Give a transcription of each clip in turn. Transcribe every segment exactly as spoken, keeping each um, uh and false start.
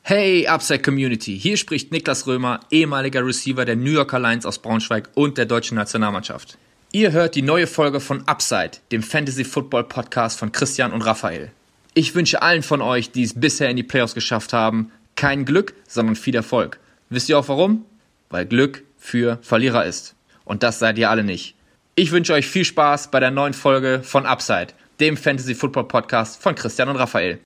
Hey Upside Community, hier spricht Niklas Römer, ehemaliger Receiver der New Yorker Lions aus Braunschweig und der deutschen Nationalmannschaft. Ihr hört die neue Folge von Upside, dem Fantasy Football Podcast von Christian und Raphael. Ich wünsche allen von euch, die es bisher in die Playoffs geschafft haben, kein Glück, sondern viel Erfolg. Wisst ihr auch warum? Weil Glück für Verlierer ist. Und das seid ihr alle nicht. Ich wünsche euch viel Spaß bei der neuen Folge von Upside, dem Fantasy Football Podcast von Christian und Raphael.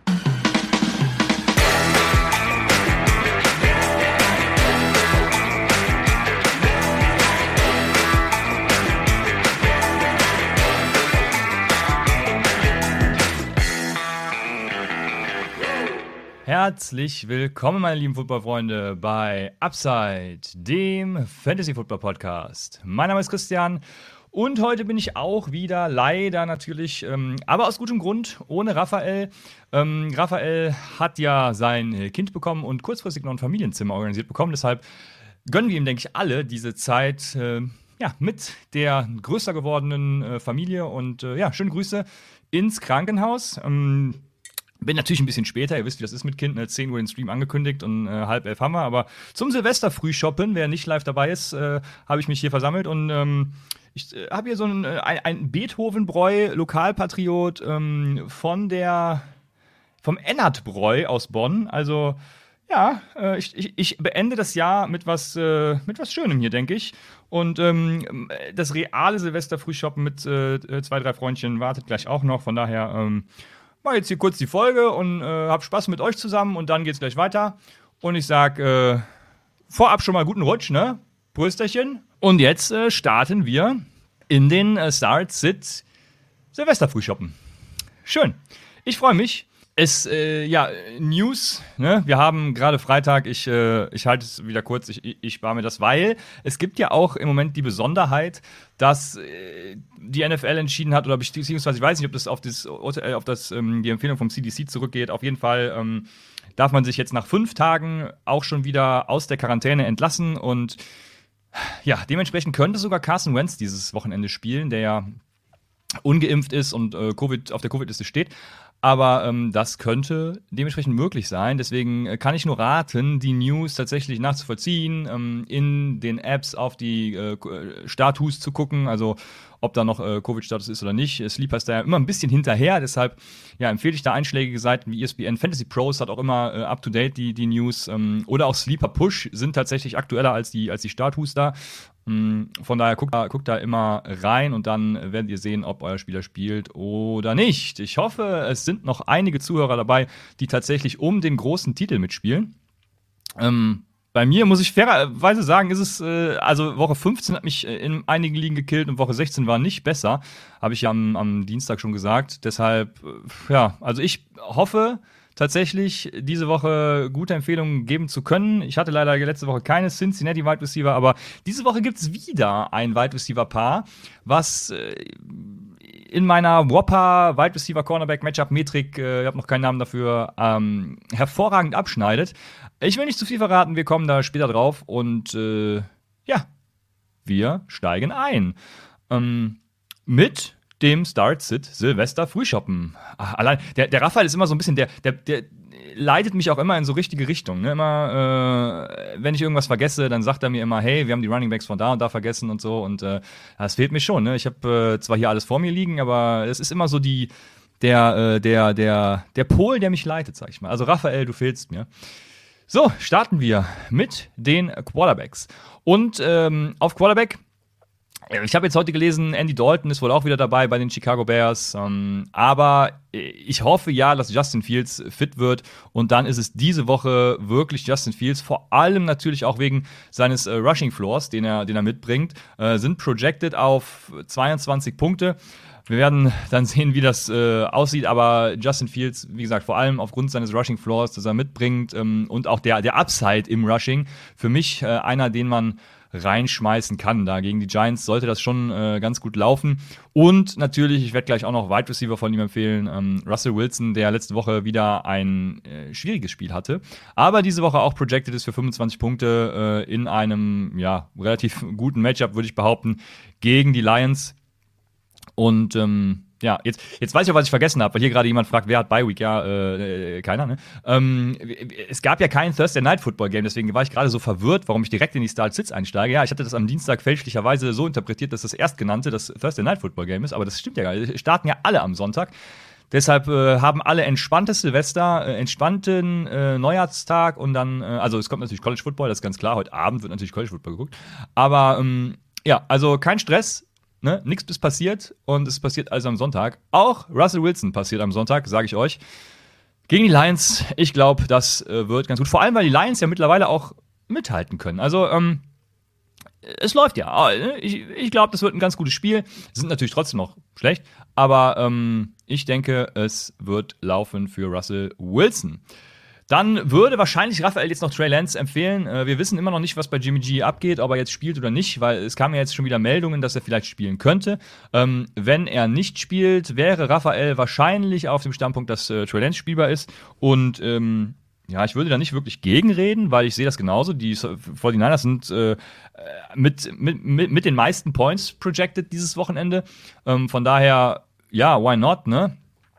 Herzlich willkommen, meine lieben Footballfreunde, bei Upside, dem Fantasy-Football-Podcast. Mein Name ist Christian und heute bin ich auch wieder, leider natürlich, ähm, aber aus gutem Grund, ohne Raphael. Ähm, Raphael hat ja sein Kind bekommen und kurzfristig noch ein Familienzimmer organisiert bekommen. Deshalb gönnen wir ihm, denke ich, alle diese Zeit äh, ja, mit der größer gewordenen äh, Familie. Und äh, ja, schöne Grüße ins Krankenhaus. Ähm, Bin natürlich ein bisschen später, ihr wisst, wie das ist mit Kind, ne? zehn Uhr den Stream angekündigt und äh, halb elf haben wir, aber zum Silvester-Frühshoppen, wer nicht live dabei ist, äh, habe ich mich hier versammelt und ähm, ich äh, habe hier so ein, ein, ein Beethoven-Bräu, Lokalpatriot ähm, von der, vom Ennard-Bräu aus Bonn, also ja, äh, ich, ich, ich beende das Jahr mit was, äh, mit was Schönem hier, denke ich. Und ähm, das reale Silvester-Frühshoppen mit äh, zwei, drei Freundchen wartet gleich auch noch, von daher ähm, mach jetzt hier kurz die Folge und äh, hab Spaß mit euch zusammen und dann geht's gleich weiter. Und ich sag äh, vorab schon mal guten Rutsch, ne? Prösterchen. Und jetzt äh, starten wir in den äh, Start-Sit Silvesterfrühshoppen. Schön. Ich freue mich. Es, äh, ja, News, ne? Wir haben gerade Freitag, ich, äh, ich halte es wieder kurz, ich, ich spare mir das, weil es gibt ja auch im Moment die Besonderheit, dass äh, die N F L entschieden hat, oder beziehungsweise ich weiß nicht, ob das auf, das, auf das, ähm, die Empfehlung vom C D C zurückgeht, auf jeden Fall ähm, darf man sich jetzt nach fünf Tagen auch schon wieder aus der Quarantäne entlassen und ja, dementsprechend könnte sogar Carson Wentz dieses Wochenende spielen, der ja ungeimpft ist und äh, Covid, auf der Covid-Liste steht. Aber ähm, das könnte dementsprechend möglich sein. Deswegen äh, kann ich nur raten, die News tatsächlich nachzuvollziehen, ähm, in den Apps auf die äh, Status zu gucken, also ob da noch äh, Covid-Status ist oder nicht. Sleeper ist da ja immer ein bisschen hinterher, deshalb ja, empfehle ich da einschlägige Seiten wie E S P N. Fantasy Pros hat auch immer äh, up-to-date die, die News. Ähm, oder auch Sleeper Push sind tatsächlich aktueller als die, als die Status da. Von daher guckt da, guckt da immer rein und dann werdet ihr sehen, ob euer Spieler spielt oder nicht. Ich hoffe, es sind noch einige Zuhörer dabei, die tatsächlich um den großen Titel mitspielen. Ähm, bei mir muss ich fairerweise sagen, ist es, äh, also Woche fünfzehn hat mich in einigen Ligen gekillt und Woche sechzehn war nicht besser. Habe ich ja am, am Dienstag schon gesagt. Deshalb, äh, ja, also ich hoffe tatsächlich diese Woche gute Empfehlungen geben zu können. Ich hatte leider letzte Woche keine Cincinnati Wide Receiver, aber diese Woche gibt es wieder ein Wide Receiver Paar, was äh, in meiner Whopper Wide Receiver Cornerback Matchup Metrik, äh, ich habe noch keinen Namen dafür, ähm, hervorragend abschneidet. Ich will nicht zu viel verraten, wir kommen da später drauf und äh, ja, wir steigen ein. Ähm, mit dem Start-Sit Silvester Frühshoppen. Ach, allein, der, der Raphael ist immer so ein bisschen, der, der, der leitet mich auch immer in so richtige Richtungen. Ne? Immer, äh, wenn ich irgendwas vergesse, dann sagt er mir immer, hey, wir haben die Runningbacks von da und da vergessen und so. Und äh, das fehlt mir schon. Ne? Ich habe äh, zwar hier alles vor mir liegen, aber es ist immer so die, der, äh, der, der, der Pol, der mich leitet, sag ich mal. Also Raphael, du fehlst mir. So, starten wir mit den Quarterbacks. Und ähm, auf Quarterback, ich habe jetzt heute gelesen, Andy Dalton ist wohl auch wieder dabei bei den Chicago Bears. Ähm, aber ich hoffe ja, dass Justin Fields fit wird. Und dann ist es diese Woche wirklich Justin Fields. Vor allem natürlich auch wegen seines äh, Rushing Floors, den er, den er mitbringt. Äh, sind projected auf zweiundzwanzig Punkte. Wir werden dann sehen, wie das äh, aussieht. Aber Justin Fields, wie gesagt, vor allem aufgrund seines Rushing Floors, das er mitbringt. Ähm, und auch der, der Upside im Rushing. Für mich äh, einer, den man reinschmeißen kann. Da gegen die Giants sollte das schon äh, ganz gut laufen. Und natürlich, ich werde gleich auch noch Wide Receiver von ihm empfehlen, ähm, Russell Wilson, der letzte Woche wieder ein äh, schwieriges Spiel hatte, aber diese Woche auch projected ist für fünfundzwanzig Punkte äh, in einem ja relativ guten Matchup, würde ich behaupten, gegen die Lions. Und ähm, ja, jetzt, jetzt weiß ich auch, was ich vergessen habe, weil hier gerade jemand fragt, wer hat Bye Week? Ja, äh, keiner, ne? Ähm, es gab ja kein Thursday Night Football Game, deswegen war ich gerade so verwirrt, warum ich direkt in die Start Sits einsteige. Ja, ich hatte das am Dienstag fälschlicherweise so interpretiert, dass das erstgenannte das Thursday Night Football Game ist, aber das stimmt ja gar nicht. Starten ja alle am Sonntag. Deshalb äh, haben alle entspanntes Silvester, äh, entspannten äh, Neujahrstag und dann, äh, also es kommt natürlich College Football, das ist ganz klar. Heute Abend wird natürlich College Football geguckt. Aber ähm, ja, also kein Stress. Ne, nichts ist passiert und es passiert alles am Sonntag. Auch Russell Wilson passiert am Sonntag, sage ich euch. Gegen die Lions, ich glaube, das äh, wird ganz gut. Vor allem, weil die Lions ja mittlerweile auch mithalten können. Also, ähm, es läuft ja. Ich, ich glaube, das wird ein ganz gutes Spiel. Sind natürlich trotzdem noch schlecht, aber ähm, ich denke, es wird laufen für Russell Wilson. Dann würde wahrscheinlich Raphael jetzt noch Trey Lance empfehlen. Äh, wir wissen immer noch nicht, was bei Jimmy G abgeht, ob er jetzt spielt oder nicht, weil es kamen ja jetzt schon wieder Meldungen, dass er vielleicht spielen könnte. Ähm, wenn er nicht spielt, wäre Raphael wahrscheinlich auf dem Standpunkt, dass äh, Trey Lance spielbar ist. Und ähm, ja, ich würde da nicht wirklich gegenreden, weil ich sehe das genauso. Die forty-niners sind äh, mit, mit, mit, mit den meisten Points projected dieses Wochenende. Ähm, von daher, ja, why not, ne?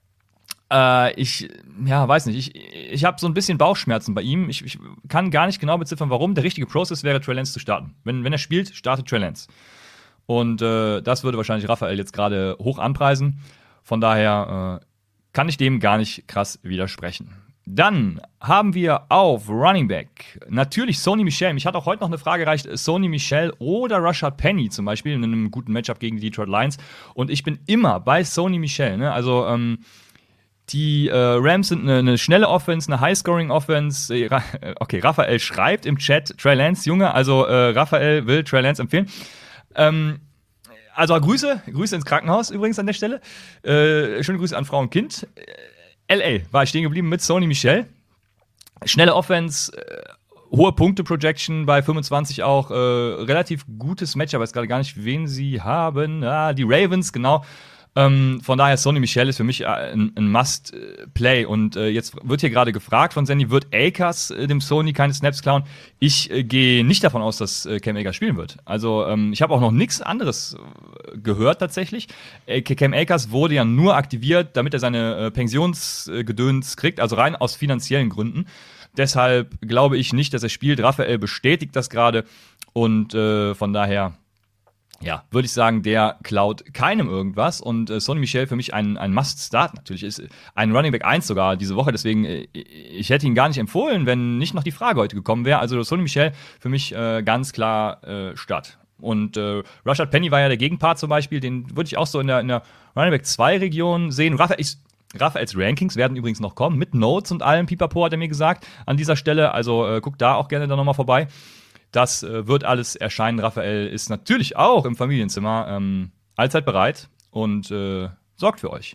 Ich, ja, weiß nicht, ich, ich habe so ein bisschen Bauchschmerzen bei ihm. Ich, ich kann gar nicht genau beziffern, warum. Der richtige Prozess wäre, Trey Lance zu starten. Wenn, wenn er spielt, startet Trey Lance. Und äh, das würde wahrscheinlich Raphael jetzt gerade hoch anpreisen. Von daher äh, kann ich dem gar nicht krass widersprechen. Dann haben wir auf Running Back natürlich Sony Michel. Mich hat auch heute noch eine Frage erreicht, Sony Michel oder Rashad Penny zum Beispiel in einem guten Matchup gegen die Detroit Lions. Und ich bin immer bei Sony Michel. Ne? Also, ähm, Die äh, Rams sind eine, eine schnelle Offense, eine High-Scoring-Offense. Äh, okay, Raphael schreibt im Chat, Trey Lance, Junge, also äh, Raphael will Trey Lance empfehlen. Ähm, also Grüße, Grüße ins Krankenhaus übrigens an der Stelle. Äh, schöne Grüße an Frau und Kind. L A war ich stehen geblieben mit Sony Michel. Schnelle Offense, äh, hohe Punkte-Projection bei fünfundzwanzig auch. Äh, relativ gutes Match, aber ich weiß gerade gar nicht, wen sie haben. Ah, die Ravens, genau. Ähm, von daher, Sony Michel ist für mich ein, ein Must-Play. Und äh, jetzt wird hier gerade gefragt von Sandy, wird Akers äh, dem Sony keine Snaps klauen? Ich äh, gehe nicht davon aus, dass äh, Cam Akers spielen wird. Also ähm, ich habe auch noch nichts anderes äh, gehört tatsächlich. Äh, Cam Akers wurde ja nur aktiviert, damit er seine äh, Pensionsgedöns äh, kriegt, also rein aus finanziellen Gründen. Deshalb glaube ich nicht, dass er spielt. Raphael bestätigt das gerade. Und äh, von daher, ja, würde ich sagen, der klaut keinem irgendwas. Und äh, Sony Michel für mich ein, ein Must-Start. Natürlich ist ein Running Back eins sogar diese Woche. Deswegen, äh, ich hätte ihn gar nicht empfohlen, wenn nicht noch die Frage heute gekommen wäre. Also Sony Michel für mich äh, ganz klar äh, Start. Und äh, Rashad Penny war ja der Gegenpart zum Beispiel. Den würde ich auch so in der, in der Running Back zwei Region sehen. Raphael, ich, Raphaels Rankings werden übrigens noch kommen. Mit Notes und allem. Pipapo hat er mir gesagt an dieser Stelle. Also äh, guckt da auch gerne dann nochmal vorbei. Das äh, wird alles erscheinen. Raphael ist natürlich auch im Familienzimmer ähm, allzeit bereit und äh, sorgt für euch.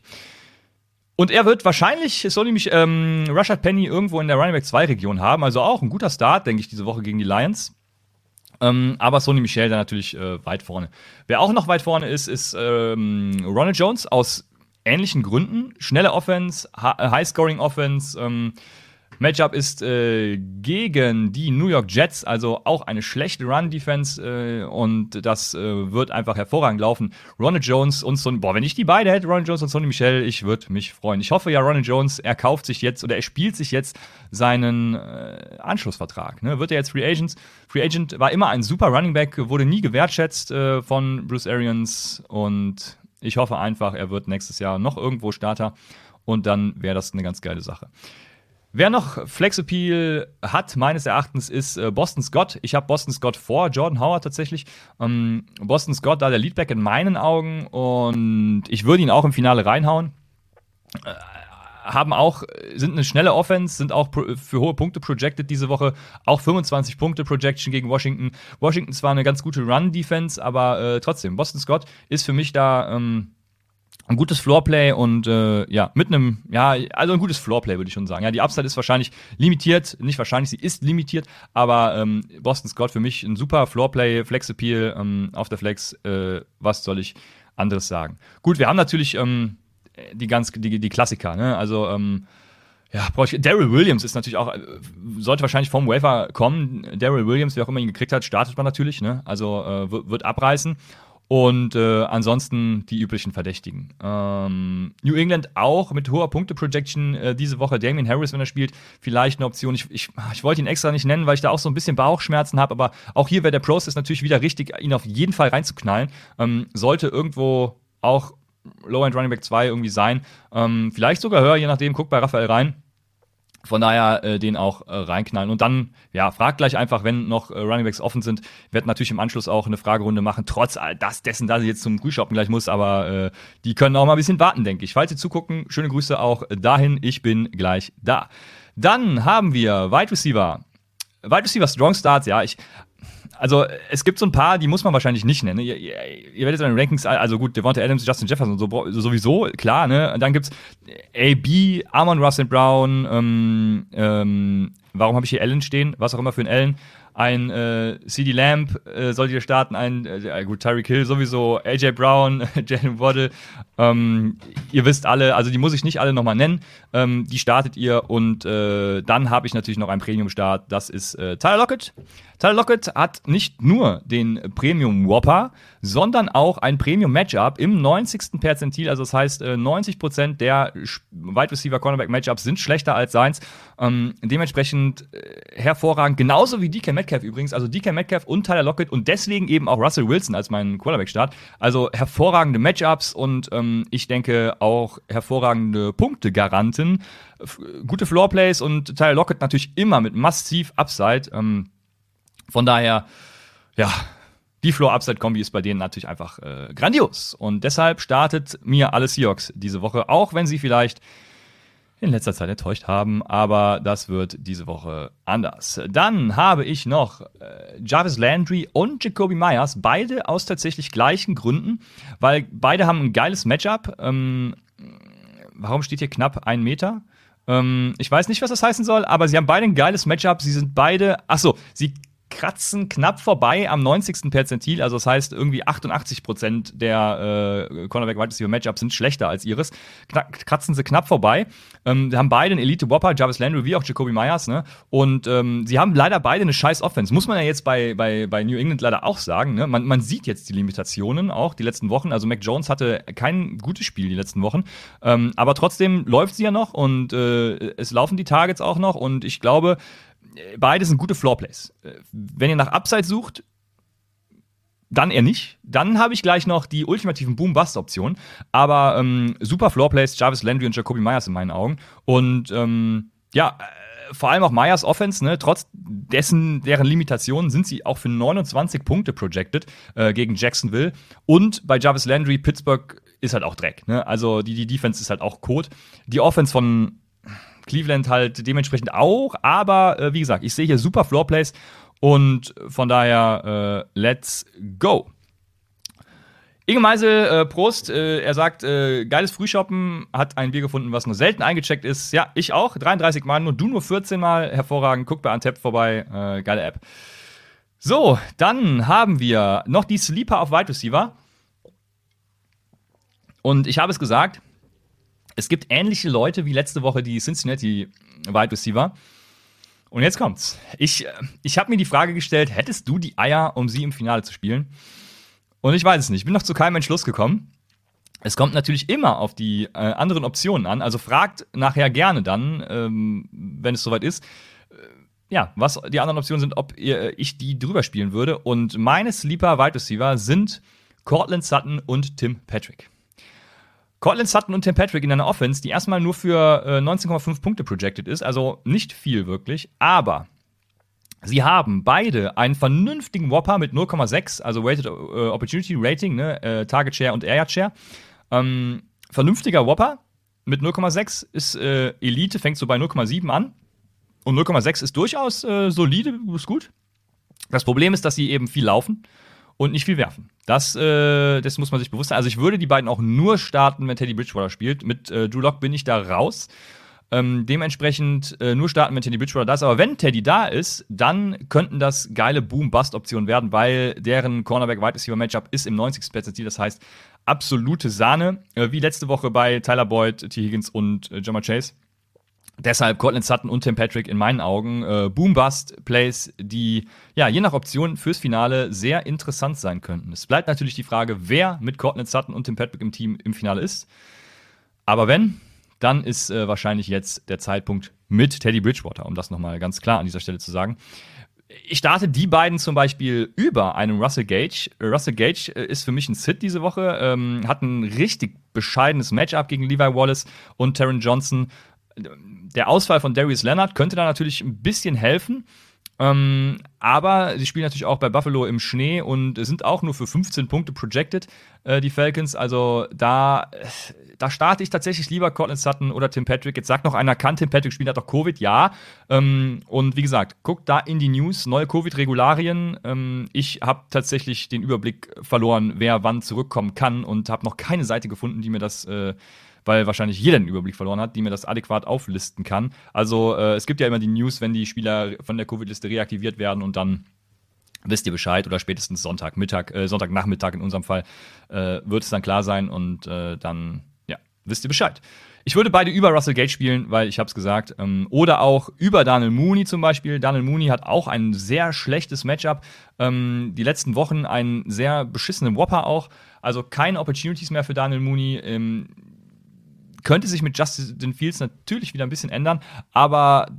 Und er wird wahrscheinlich, Sony mich, ähm, Rashad Penny irgendwo in der Running Back zwei Region haben. Also auch ein guter Start, denke ich, diese Woche gegen die Lions. Ähm, aber Sony Michel da natürlich äh, weit vorne. Wer auch noch weit vorne ist, ist ähm, Ronald Jones aus ähnlichen Gründen. Schnelle Offense, High-Scoring-Offense, ähm, Matchup ist äh, gegen die New York Jets, also auch eine schlechte Run-Defense äh, und das äh, wird einfach hervorragend laufen. Ronald Jones und Sonny, boah, wenn ich die beide hätte, Ronald Jones und Sony Michel, ich würde mich freuen. Ich hoffe ja, Ronald Jones, er kauft sich jetzt oder er spielt sich jetzt seinen äh, Anschlussvertrag. Ne? Wird er jetzt Free Agent? Free Agent war immer ein super Running Back, wurde nie gewertschätzt äh, von Bruce Arians und ich hoffe einfach, er wird nächstes Jahr noch irgendwo Starter und dann wäre das eine ganz geile Sache. Wer noch Flex-Appeal hat, meines Erachtens, ist äh, Boston Scott. Ich habe Boston Scott vor Jordan Howard tatsächlich. Ähm, Boston Scott, da der Leadback in meinen Augen. Und ich würde ihn auch im Finale reinhauen. Äh, haben auch, sind eine schnelle Offense, sind auch pro, für hohe Punkte projected diese Woche. Auch fünfundzwanzig Punkte Projection gegen Washington. Washington zwar eine ganz gute Run-Defense, aber äh, trotzdem, Boston Scott ist für mich da ähm, ein gutes Floorplay und äh, ja, mit einem, ja, also ein gutes Floorplay, würde ich schon sagen. Ja, die Upside ist wahrscheinlich limitiert, nicht wahrscheinlich, sie ist limitiert, aber ähm, Boston Scott für mich ein super Floorplay, Flex-Appeal ähm, auf der Flex, äh, was soll ich anderes sagen? Gut, wir haben natürlich ähm, die ganz, die, die Klassiker, ne, also ähm, ja, brauche ich, Darrell Williams ist natürlich auch, sollte wahrscheinlich vom Wafer kommen, Darrell Williams, wer auch immer ihn gekriegt hat, startet man natürlich, ne, also äh, wird abreißen. Und äh, ansonsten die üblichen Verdächtigen. Ähm, New England auch mit hoher Punkte-Projection äh, diese Woche. Damien Harris, wenn er spielt, vielleicht eine Option. Ich, ich, ich wollte ihn extra nicht nennen, weil ich da auch so ein bisschen Bauchschmerzen habe. Aber auch hier wäre der Prozess natürlich wieder richtig, ihn auf jeden Fall reinzuknallen. Ähm, sollte irgendwo auch Low-End Running Back zwei irgendwie sein. Ähm, vielleicht sogar höher, je nachdem. Guckt bei Raphael rein. Von daher äh, den auch äh, reinknallen. Und dann, ja, fragt gleich einfach, wenn noch äh, Runningbacks offen sind. Ich werde natürlich im Anschluss auch eine Fragerunde machen, trotz all das dessen, dass ich jetzt zum Frühshoppen gleich muss. Aber äh, die können auch mal ein bisschen warten, denke ich. Falls Sie zugucken, schöne Grüße auch dahin. Ich bin gleich da. Dann haben wir Wide Receiver. Wide Receiver Strong Starts, ja, ich Also, es gibt so ein paar, die muss man wahrscheinlich nicht nennen. Ihr, ihr, ihr werdet in den Rankings, also gut, Devonta Adams, Justin Jefferson, so, sowieso, klar, ne? Und dann gibt's A B, Amon Russell Brown, ähm, ähm, warum habe ich hier Allen stehen? Was auch immer für ein Allen. Ein äh, CeeDee Lamb äh, sollte hier starten, ein, äh, gut, Tyreek Hill sowieso, A J Brown, Jalen Waddle. Ähm, ihr wisst alle, also die muss ich nicht alle nochmal nennen. Ähm, die startet ihr und äh, dann habe ich natürlich noch einen Premium-Start. Das ist äh, Tyler Lockett. Tyler Lockett hat nicht nur den Premium Whopper, sondern auch ein Premium Matchup im neunzigsten Perzentil. Also das heißt, äh, neunzig Prozent der Wide Receiver Cornerback Matchups sind schlechter als seins. Ähm, dementsprechend äh, hervorragend, genauso wie D K Metcalf übrigens. Also D K Metcalf und Tyler Lockett und deswegen eben auch Russell Wilson als mein Quarterback-Start. Also hervorragende Matchups und ähm, ich denke auch hervorragende Punktegaranten. F- gute Floorplays und Tyler Lockett natürlich immer mit massiv Upside. Ähm, Von daher, ja, die Floor-Upside-Kombi ist bei denen natürlich einfach äh, grandios. Und deshalb startet mir alle Seahawks diese Woche, auch wenn sie vielleicht in letzter Zeit enttäuscht haben. Aber das wird diese Woche anders. Dann habe ich noch äh, Jarvis Landry und Jacoby Myers, beide aus tatsächlich gleichen Gründen, weil beide haben ein geiles Matchup. Ähm, warum steht hier knapp ein Meter? Ähm, ich weiß nicht, was das heißen soll, aber sie haben beide ein geiles Matchup. Sie sind beide, achso, sie kratzen knapp vorbei am neunzigsten Perzentil, also das heißt irgendwie achtundachtzig Prozent der äh, Cornerback Wide Receiver Matchups sind schlechter als ihres. Kna- kratzen sie knapp vorbei. Ähm, sie haben beide einen Elite Whopper, Jarvis Landry wie auch Jacoby Myers, ne? Und ähm, sie haben leider beide eine scheiß Offense. Muss man ja jetzt bei, bei, bei New England leider auch sagen, ne? Man, man sieht jetzt die Limitationen auch die letzten Wochen. Also Mac Jones hatte kein gutes Spiel die letzten Wochen, ähm, aber trotzdem läuft sie ja noch und äh, es laufen die Targets auch noch und ich glaube, beide sind gute Floorplays. Wenn ihr nach Upside sucht, dann eher nicht. Dann habe ich gleich noch die ultimativen Boom-Bust-Optionen. Aber ähm, super Floorplays, Jarvis Landry und Jacoby Myers in meinen Augen. Und ähm, ja, äh, vor allem auch Myers Offense, ne, trotz dessen, deren Limitationen sind sie auch für neunundzwanzig Punkte projected äh, gegen Jacksonville. Und bei Jarvis Landry, Pittsburgh ist halt auch Dreck. Ne? Also die, die Defense ist halt auch Kot. Die Offense von Cleveland halt dementsprechend auch, aber äh, wie gesagt, ich sehe hier super Floorplays und von daher äh, let's go. Inge Meisel, äh, Prost, äh, er sagt, äh, geiles Frühshoppen, hat ein Bier gefunden, was nur selten eingecheckt ist. Ja, ich auch, dreiunddreißig Mal, nur du nur vierzehn Mal, hervorragend, guck bei Untapped vorbei, äh, geile App. So, dann haben wir noch die Sleeper auf Wide Receiver und ich habe es gesagt, es gibt ähnliche Leute wie letzte Woche die Cincinnati Wide Receiver. Und jetzt kommt's. Ich, ich habe mir die Frage gestellt, hättest du die Eier, um sie im Finale zu spielen? Und ich weiß es nicht. Ich bin noch zu keinem Entschluss gekommen. Es kommt natürlich immer auf die äh, anderen Optionen an. Also fragt nachher gerne dann, ähm, wenn es soweit ist, äh, ja, was die anderen Optionen sind, ob ihr, ich die drüber spielen würde. Und meine Sleeper Wide Receiver sind Courtland Sutton und Tim Patrick. Courtland Sutton und Tim Patrick in einer Offense, die erstmal nur für äh, neunzehn Komma fünf Punkte projected ist, also nicht viel wirklich, aber sie haben beide einen vernünftigen Whopper mit null Komma sechs, also Weighted äh, Opportunity Rating, ne, äh, Target Share und Air Yard Share. Ähm, vernünftiger Whopper mit null Komma sechs ist äh, Elite, fängt so bei null Komma sieben an und null Komma sechs ist durchaus äh, solide, ist gut. Das Problem ist, dass sie eben viel laufen und nicht viel werfen. Das, äh, das muss man sich bewusst sein. Also ich würde die beiden auch nur starten, wenn Teddy Bridgewater spielt. Mit äh, Drew Lock bin ich da raus. Ähm, dementsprechend äh, nur starten, wenn Teddy Bridgewater da ist. Aber wenn Teddy da ist, dann könnten das geile Boom-Bust-Optionen werden, weil deren Cornerback-Wide-Receiver-Matchup ist im neunzigsten Perzentil. Das heißt, absolute Sahne. Äh, wie letzte Woche bei Tyler Boyd, T. Higgins und äh, Ja'Marr Chase. Deshalb Courtland Sutton und Tim Patrick in meinen Augen äh, Boom-Bust-Plays, die ja je nach Option fürs Finale sehr interessant sein könnten. Es bleibt natürlich die Frage, wer mit Courtland Sutton und Tim Patrick im Team im Finale ist. Aber wenn, dann ist äh, wahrscheinlich jetzt der Zeitpunkt mit Teddy Bridgewater, um das nochmal ganz klar an dieser Stelle zu sagen. Ich starte die beiden zum Beispiel über einen Russell Gage. Russell Gage ist für mich ein Sit diese Woche, ähm, hat ein richtig bescheidenes Matchup gegen Levi Wallace und Taron Johnson. Der Ausfall von Darius Leonard könnte da natürlich ein bisschen helfen. Ähm, aber sie spielen natürlich auch bei Buffalo im Schnee und sind auch nur für fünfzehn Punkte projected, äh, die Falcons. Also da, da starte ich tatsächlich lieber Courtland Sutton oder Tim Patrick. Jetzt sagt noch einer, kann Tim Patrick spielen, hat doch Covid? Ja. Ähm, und wie gesagt, guckt da in die News, neue Covid-Regularien. Ähm, ich habe tatsächlich den Überblick verloren, wer wann zurückkommen kann und habe noch keine Seite gefunden, die mir das äh, weil wahrscheinlich jeder den Überblick verloren hat, die mir das adäquat auflisten kann. Also äh, es gibt ja immer die News, wenn die Spieler von der Covid-Liste reaktiviert werden und dann wisst ihr Bescheid oder spätestens Sonntagmittag, äh, Sonntagnachmittag in unserem Fall äh, wird es dann klar sein und äh, dann, ja, wisst ihr Bescheid. Ich würde beide über Russell Gage spielen, weil ich habe es gesagt. Ähm, oder auch über Darnell Mooney zum Beispiel. Darnell Mooney hat auch ein sehr schlechtes Matchup. Ähm, die letzten Wochen einen sehr beschissenen Whopper auch. Also keine Opportunities mehr für Darnell Mooney. Ähm, Könnte sich mit Justin Fields natürlich wieder ein bisschen ändern, aber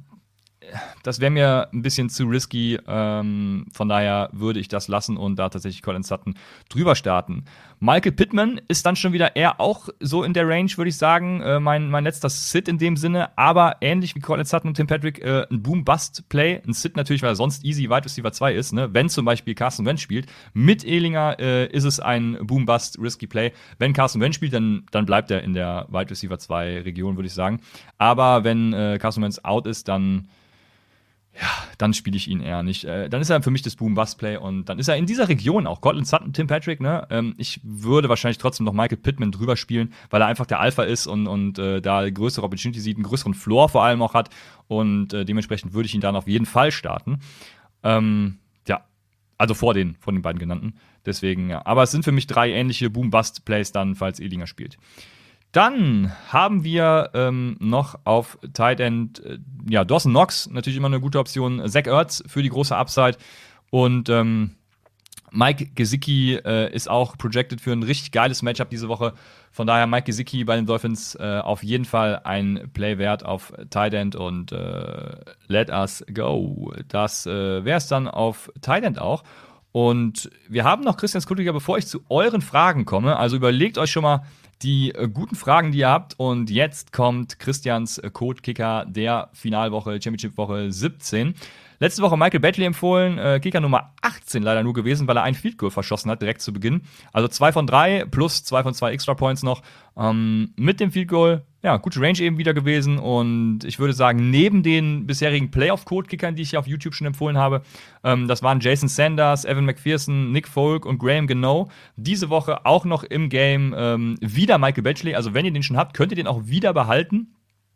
das wäre mir ein bisschen zu risky. Ähm, von daher würde ich das lassen und da tatsächlich Courtland Sutton drüber starten. Michael Pittman ist dann schon wieder eher auch so in der Range, würde ich sagen. Äh, mein, mein letzter Sit in dem Sinne, aber ähnlich wie Courtland Sutton und Tim Patrick, äh, ein Boom-Bust-Play. Ein Sit natürlich, weil er sonst easy Wide Receiver zwei ist. Ne? Wenn zum Beispiel Carson Wentz spielt, mit Ehlinger äh, ist es ein Boom-Bust-Risky-Play. Wenn Carson Wentz spielt, dann, dann bleibt er in der Wide Receiver zwei Region, würde ich sagen. Aber wenn äh, Carson Wentz out ist, dann ja, dann spiele ich ihn eher nicht. Äh, dann ist er für mich das Boom-Bust-Play und dann ist er in dieser Region auch. Courtland Sutton, Tim Patrick, ne? Ähm, ich würde wahrscheinlich trotzdem noch Michael Pittman drüber spielen, weil er einfach der Alpha ist und, und äh, da größere Opportunity sieht, einen größeren Floor vor allem auch hat und äh, dementsprechend würde ich ihn dann auf jeden Fall starten. Ähm, ja, also vor den, von den beiden genannten. Deswegen, ja. Aber es sind für mich drei ähnliche Boom-Bust-Plays dann, falls Ehlinger spielt. Dann haben wir ähm, noch auf Tight End, äh, ja, Dawson Knox, natürlich immer eine gute Option. Zach Ertz für die große Upside. Und ähm, Mike Gesicki äh, ist auch projected für ein richtig geiles Matchup diese Woche. Von daher Mike Gesicki bei den Dolphins äh, auf jeden Fall ein Play wert auf Tight End und äh, let us go. Das äh, wäre es dann auf Tight End auch. Und wir haben noch Christian Skuttiger, bevor ich zu euren Fragen komme. Also überlegt euch schon mal die äh, guten Fragen, die ihr habt. Und jetzt kommt Christians äh, Code-Kicker der Finalwoche, Championship-Woche siebzehn. Letzte Woche Michael Badgley empfohlen, äh, Kicker Nummer achtzehn leider nur gewesen, weil er ein Field Goal verschossen hat, direkt zu Beginn. Also zwei von drei plus zwei von zwei Extra Points noch. Ähm, mit dem Field Goal, ja, gute Range eben wieder gewesen. Und ich würde sagen, neben den bisherigen Playoff-Code-Kickern, die ich hier auf YouTube schon empfohlen habe, ähm, das waren Jason Sanders, Evan McPherson, Nick Folk und Graham Gano. Diese Woche auch noch im Game ähm, wieder Michael Badgley. Also wenn ihr den schon habt, könnt ihr den auch wieder behalten.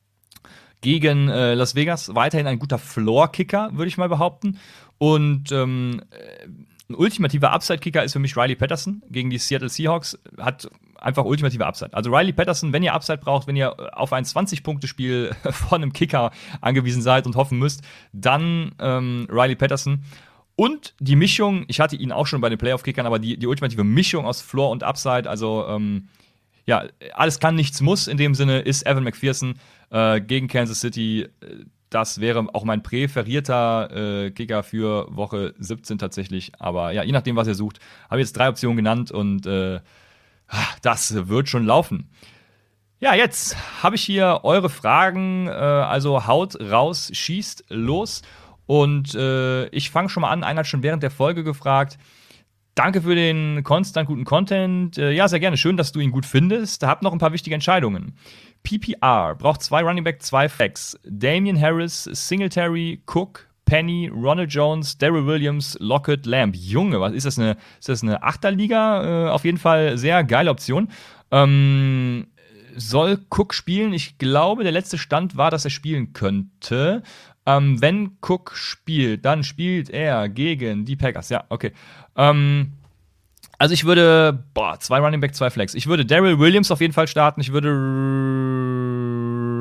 Gegen äh, Las Vegas weiterhin ein guter Floor-Kicker, würde ich mal behaupten. Und ähm, ein ultimativer Upside-Kicker ist für mich Riley Patterson gegen die Seattle Seahawks. Hat einfach ultimative Upside. Also Riley Patterson, wenn ihr Upside braucht, wenn ihr auf ein zwanzig-Punkte-Spiel von einem Kicker angewiesen seid und hoffen müsst, dann ähm, Riley Patterson. Und die Mischung, ich hatte ihn auch schon bei den Playoff-Kickern, aber die, die ultimative Mischung aus Floor und Upside, also ähm, ja, alles kann, nichts muss, in dem Sinne ist Evan McPherson äh, gegen Kansas City. Das wäre auch mein präferierter äh, Kicker für Woche siebzehn tatsächlich. Aber ja, je nachdem, was ihr sucht, habe ich jetzt drei Optionen genannt und äh, das wird schon laufen. Ja, jetzt habe ich hier eure Fragen, äh, also haut raus, schießt los. Und äh, ich fange schon mal an, einer hat schon während der Folge gefragt, danke für den konstant guten Content. Äh, ja, sehr gerne. Schön, dass du ihn gut findest. Hab noch ein paar wichtige Entscheidungen. P P R braucht zwei Running Back, zwei Flex. Damian Harris, Singletary, Cook, Penny, Ronald Jones, Darrell Williams, Lockett, Lamb. Junge, was ist das? Eine, ist das eine Achterliga? Äh, auf jeden Fall sehr geile Option. Ähm, soll Cook spielen? Ich glaube, der letzte Stand war, dass er spielen könnte. Ähm, wenn Cook spielt, dann spielt er gegen die Packers. Ja, okay. Ähm, also ich würde, boah, zwei Running Back, zwei Flex. Ich würde Darrell Williams auf jeden Fall starten. Ich würde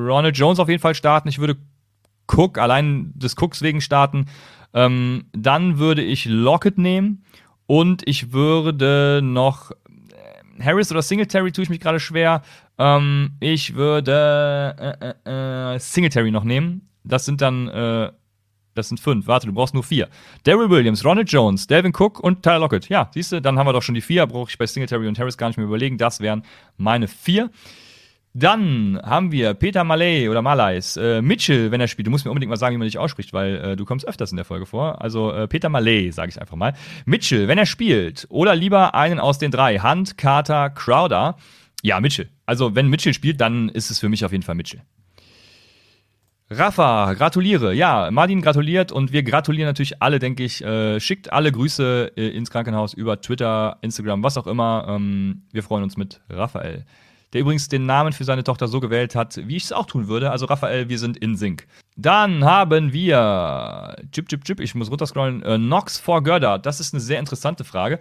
Ronald Jones auf jeden Fall starten. Ich würde Cook, allein des Cooks wegen starten. Ähm, dann würde ich Lockett nehmen. Und ich würde noch Harris oder Singletary, tue ich mich gerade schwer. Ähm, ich würde äh, äh, Singletary noch nehmen. Das sind dann, äh, das sind fünf. Warte, du brauchst nur vier. Darrell Williams, Ronald Jones, Dalvin Cook und Tyler Lockett. Ja, siehst du, dann haben wir doch schon die vier. Brauche ich bei Singletary und Harris gar nicht mehr überlegen. Das wären meine vier. Dann haben wir Peter Malay oder Malais, äh, Mitchell, wenn er spielt. Du musst mir unbedingt mal sagen, wie man dich ausspricht, weil äh, du kommst öfters in der Folge vor. Also äh, Peter Malay, sage ich einfach mal. Mitchell, wenn er spielt. Oder lieber einen aus den drei. Hunt, Carter, Crowder. Ja, Mitchell. Also wenn Mitchell spielt, dann ist es für mich auf jeden Fall Mitchell. Rafa, gratuliere. Ja, Martin gratuliert und wir gratulieren natürlich alle, denke ich. Äh, schickt alle Grüße äh, ins Krankenhaus über Twitter, Instagram, was auch immer. Ähm, wir freuen uns mit Raphael. Der übrigens den Namen für seine Tochter so gewählt hat, wie ich es auch tun würde. Also Raphael, wir sind in Sync. Dann haben wir Chip, Chip, Chip, ich muss runterscrollen. Äh, Knox vor Goddard. Das ist eine sehr interessante Frage.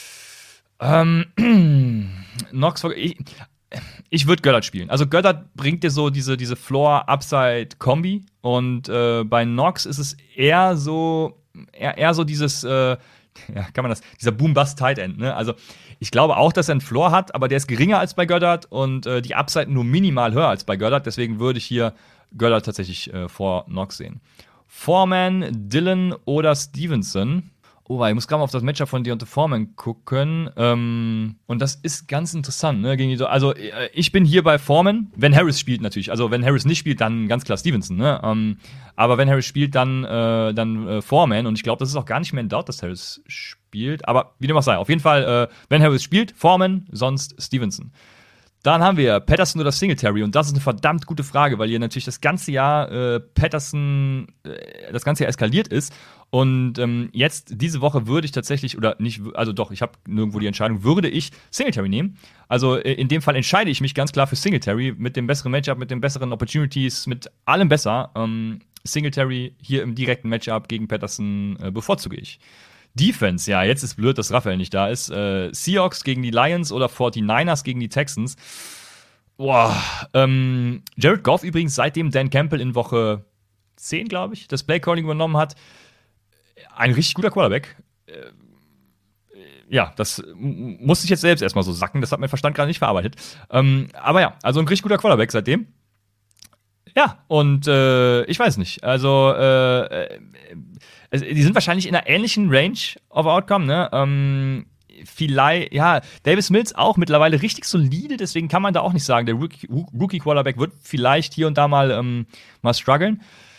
Ähm, Knox vor ich, ich würde Goddard spielen. Also Goddard bringt dir so diese, diese Floor-Upside-Kombi. Und äh, bei Knox ist es eher so, eher, eher so dieses, äh, ja, kann man das, dieser Boom-Bust-Tight-End, ne? Also ich glaube auch, dass er einen Floor hat, aber der ist geringer als bei Goddard und äh, die Upside nur minimal höher als bei Goddard. Deswegen würde ich hier Goddard tatsächlich äh, vor Knox sehen. Foreman, Dillon oder Stevenson. Oh, ich muss gerade mal auf das Matchup von Deontay Foreman gucken. Ähm, und das ist ganz interessant, ne? Gegen die, also ich bin hier bei Foreman, wenn Harris spielt natürlich. Also wenn Harris nicht spielt, dann ganz klar Stevenson, ne? Ähm, aber wenn Harris spielt, dann, äh, dann äh, Foreman. Und ich glaube, das ist auch gar nicht mehr in Doubt, dass Harris spielt. Aber wie dem auch sei, auf jeden Fall, äh, wenn Harris spielt, Foreman, sonst Stevenson. Dann haben wir Patterson oder Singletary. Und das ist eine verdammt gute Frage, weil hier natürlich das ganze Jahr äh, Patterson, äh, das ganze Jahr eskaliert ist. Und ähm, jetzt, diese Woche würde ich tatsächlich, oder nicht, also doch, ich habe nirgendwo die Entscheidung, würde ich Singletary nehmen. Also äh, in dem Fall entscheide ich mich ganz klar für Singletary mit dem besseren Matchup, mit den besseren Opportunities, mit allem besser. Ähm, Singletary hier im direkten Matchup gegen Patterson äh, bevorzuge ich. Defense, ja, jetzt ist blöd, dass Raphael nicht da ist. Äh, Seahawks gegen die Lions oder forty-niners gegen die Texans. Boah, ähm, Jared Goff übrigens, seitdem Dan Campbell in Woche zehn, glaube ich, das Playcalling übernommen hat, ein richtig guter Quarterback. Äh, ja, das m- musste ich jetzt selbst erstmal so sacken, das hat mein Verstand gerade nicht verarbeitet. Ähm, aber ja, also ein richtig guter Quarterback seitdem. Ja, und äh, ich weiß nicht, also äh, äh, die sind wahrscheinlich in einer ähnlichen Range of Outcome, ne? Ähm, vielleicht, ja, Davis Mills auch mittlerweile richtig solide, deswegen kann man da auch nicht sagen, der Rookie, Rookie Quarterback wird vielleicht hier und da mal, ähm, mal strugglen.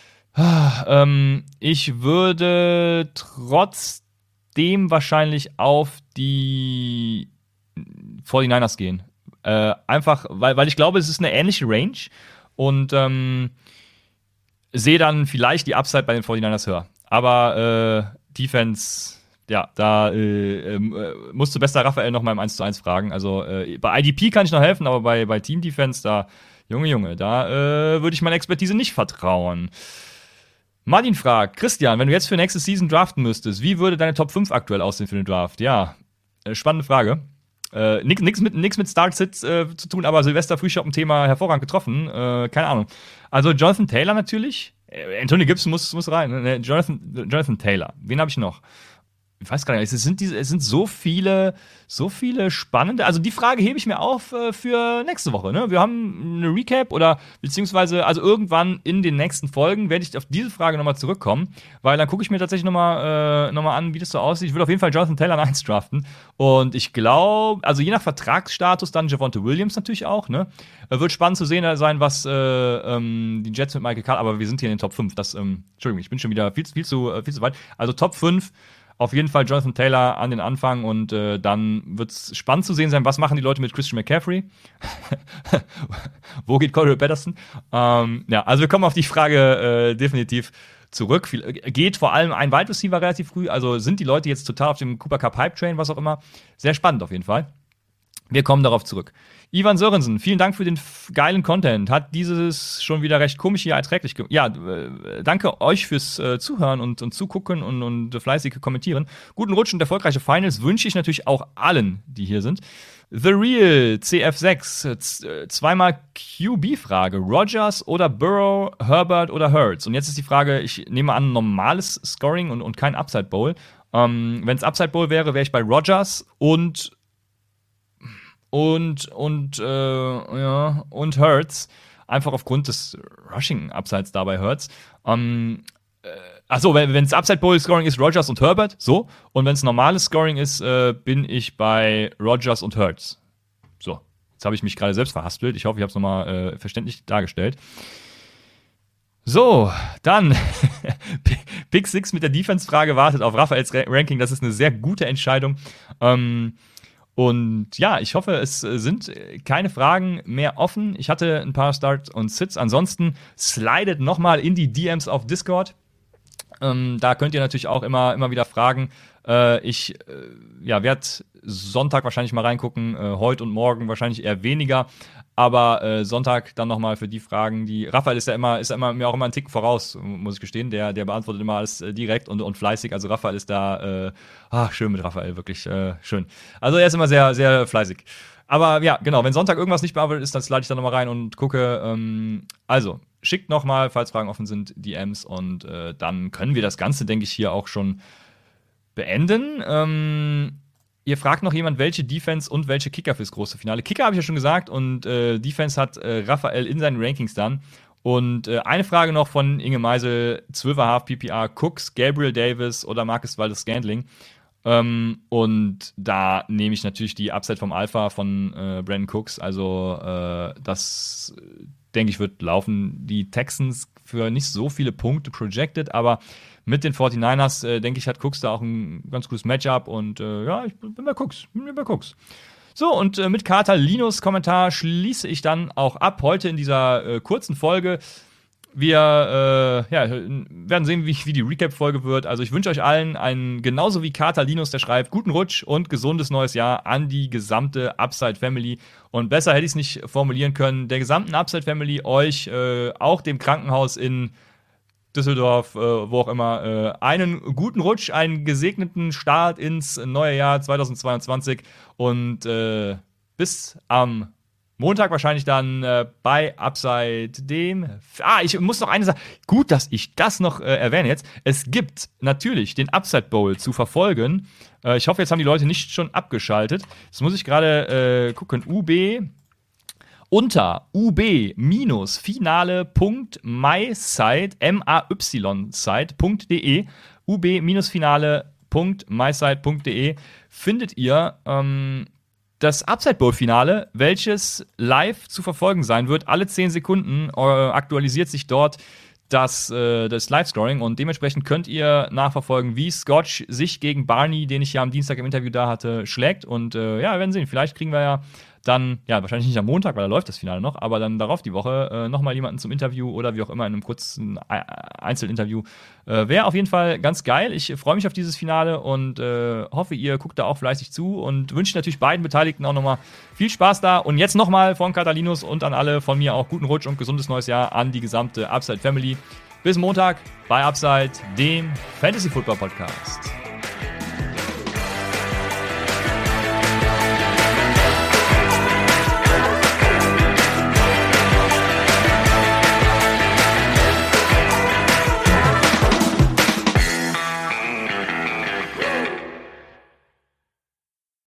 Ähm, ich würde trotzdem wahrscheinlich auf die forty-niners gehen. Äh, einfach, weil, weil ich glaube, es ist eine ähnliche Range und ähm, sehe dann vielleicht die Upside bei den forty-niners höher. Aber äh, Defense, ja, da äh, äh, musst du bester Raphael noch mal im eins zu eins fragen. Also äh, bei I D P kann ich noch helfen, aber bei, bei Team Defense, da, Junge, Junge, da äh, würde ich meiner Expertise nicht vertrauen. Martin fragt, Christian, wenn du jetzt für nächste Season draften müsstest, wie würde deine Top fünf aktuell aussehen für den Draft? Ja, äh, spannende Frage. Äh, nix, nix mit, nix mit Start-Sits äh, zu tun, aber Silvester Frühschoppen-Thema hervorragend getroffen. Äh, keine Ahnung. Also Jonathan Taylor natürlich. Äh, Anthony Gibson muss, muss rein. Ne? Jonathan, Jonathan Taylor. Wen habe ich noch? Ich weiß gar nicht, es sind, diese, es sind so viele, so viele spannende, also die Frage hebe ich mir auf äh, für nächste Woche, ne? Wir haben eine Recap oder beziehungsweise, also irgendwann in den nächsten Folgen werde ich auf diese Frage nochmal zurückkommen, weil dann gucke ich mir tatsächlich nochmal äh, noch mal an, wie das so aussieht. Ich würde auf jeden Fall Jonathan Taylor eins draften und ich glaube, also je nach Vertragsstatus dann Javonte Williams natürlich auch, ne? Wird spannend zu sehen sein, was äh, ähm, die Jets mit Michael Carter, aber wir sind hier in den Top fünf, das, ähm, Entschuldigung, ich bin schon wieder viel, viel, zu, äh, viel zu weit, also Top fünf. Auf jeden Fall Jonathan Taylor an den Anfang und äh, dann wird es spannend zu sehen sein, was machen die Leute mit Christian McCaffrey? Wo geht Cordarrelle Patterson? Ähm, ja, also wir kommen auf die Frage äh, definitiv zurück. Geht vor allem ein Wide Receiver relativ früh, also sind die Leute jetzt total auf dem Cooper Cup Hype Train, was auch immer. Sehr spannend auf jeden Fall. Wir kommen darauf zurück. Ivan Sörensen, vielen Dank für den f- geilen Content. Hat dieses schon wieder recht komisch hier erträglich gemacht. Ja, äh, danke euch fürs äh, Zuhören und, und Zugucken und, und fleißige Kommentieren. Guten Rutsch und erfolgreiche Finals wünsche ich natürlich auch allen, die hier sind. The Real C F sechs, z- zweimal Q B-Frage. Rodgers oder Burrow, Herbert oder Hurts? Und jetzt ist die Frage, ich nehme an, normales Scoring und, und kein Upside Bowl. Ähm, Wenn es Upside Bowl wäre, wäre ich bei Rodgers und und und äh, ja und Hurts. Einfach aufgrund des Rushing-Upsides dabei Hurts. Ähm, äh, achso, wenn es Upside Bowl Scoring ist, Rodgers und Herbert, so. Und wenn es normales Scoring ist, äh, bin ich bei Rodgers und Hurts. So. Jetzt habe ich mich gerade selbst verhaspelt. Ich hoffe, ich habe es nochmal äh, verständlich dargestellt. So, dann Pick six mit der Defense-Frage wartet auf Raphaels Ranking. Das ist eine sehr gute Entscheidung. Ähm, Und ja, ich hoffe, es sind keine Fragen mehr offen. Ich hatte ein paar Starts und Sits. Ansonsten slidet nochmal in die D Ms auf Discord. Ähm, da könnt ihr natürlich auch immer, immer wieder fragen. Äh, ich äh, ja, werde Sonntag wahrscheinlich mal reingucken. Äh, heute und morgen wahrscheinlich eher weniger. Aber äh, Sonntag dann nochmal für die Fragen, die Raphael ist ja immer, ist ja immer mir auch immer einen Ticken voraus, muss ich gestehen. Der, der beantwortet immer alles äh, direkt und, und fleißig. Also Raphael ist da, äh, ach, schön mit Raphael, wirklich äh, schön. Also er ist immer sehr, sehr fleißig. Aber ja, genau, wenn Sonntag irgendwas nicht beantwortet ist, dann slide ich da nochmal rein und gucke. Ähm, also, schickt nochmal, falls Fragen offen sind, D Ms und äh, dann können wir das Ganze, denke ich, hier auch schon beenden. Ähm, Ihr fragt noch jemand, welche Defense und welche Kicker fürs große Finale. Kicker habe ich ja schon gesagt und äh, Defense hat äh, Raphael in seinen Rankings dann. Und äh, eine Frage noch von Inge Meisel, zwölf Komma fünf P P R, Cooks, Gabriel Davis oder Marcus Valdes-Scantling. Ähm, und da nehme ich natürlich die Upside vom Alpha von äh, Brandon Cooks. Also äh, das, denke ich, wird laufen. Die Texans für nicht so viele Punkte projected, aber mit den forty-niners, äh, denke ich, hat Cooks da auch ein ganz gutes Matchup und äh, ja, ich bin bei Cooks, bin bei Cooks. So, und äh, mit Kater Linus Kommentar schließe ich dann auch ab heute in dieser äh, kurzen Folge. Wir äh, ja, werden sehen, wie, wie die Recap-Folge wird. Also ich wünsche euch allen einen, genauso wie Kater Linus, der schreibt, guten Rutsch und gesundes neues Jahr an die gesamte Upside-Family. Und besser hätte ich es nicht formulieren können. Der gesamten Upside-Family, euch, äh, auch dem Krankenhaus in Düsseldorf, äh, wo auch immer, äh, einen guten Rutsch, einen gesegneten Start ins neue Jahr zweitausendzweiundzwanzig und äh, bis am Montag wahrscheinlich dann äh, bei Upside dem. Ah, ich muss noch eine Sache. Gut, dass ich das noch äh, erwähne jetzt. Es gibt natürlich den Upside Bowl zu verfolgen. Äh, ich hoffe, jetzt haben die Leute nicht schon abgeschaltet. Jetzt muss ich gerade äh, gucken. U B unter ub-finale.mysite, M-A-Y-Site.de, ub-finale.mysite.de findet ihr ähm, das Upside Bowl Finale, welches live zu verfolgen sein wird. Alle zehn Sekunden äh, aktualisiert sich dort das, äh, das Live-Scoring und dementsprechend könnt ihr nachverfolgen, wie Scotch sich gegen Barney, den ich ja am Dienstag im Interview da hatte, schlägt. Und äh, ja, wir werden sehen. Vielleicht kriegen wir ja dann, ja, wahrscheinlich nicht am Montag, weil da läuft das Finale noch, aber dann darauf die Woche äh, nochmal jemanden zum Interview oder wie auch immer in einem kurzen Einzelinterview. Äh, Wäre auf jeden Fall ganz geil. Ich freue mich auf dieses Finale und äh, hoffe, ihr guckt da auch fleißig zu und wünsche natürlich beiden Beteiligten auch nochmal viel Spaß da. Und jetzt nochmal von Katalinus und an alle von mir auch guten Rutsch und gesundes neues Jahr an die gesamte Upside Family. Bis Montag bei Upside, dem Fantasy Football Podcast.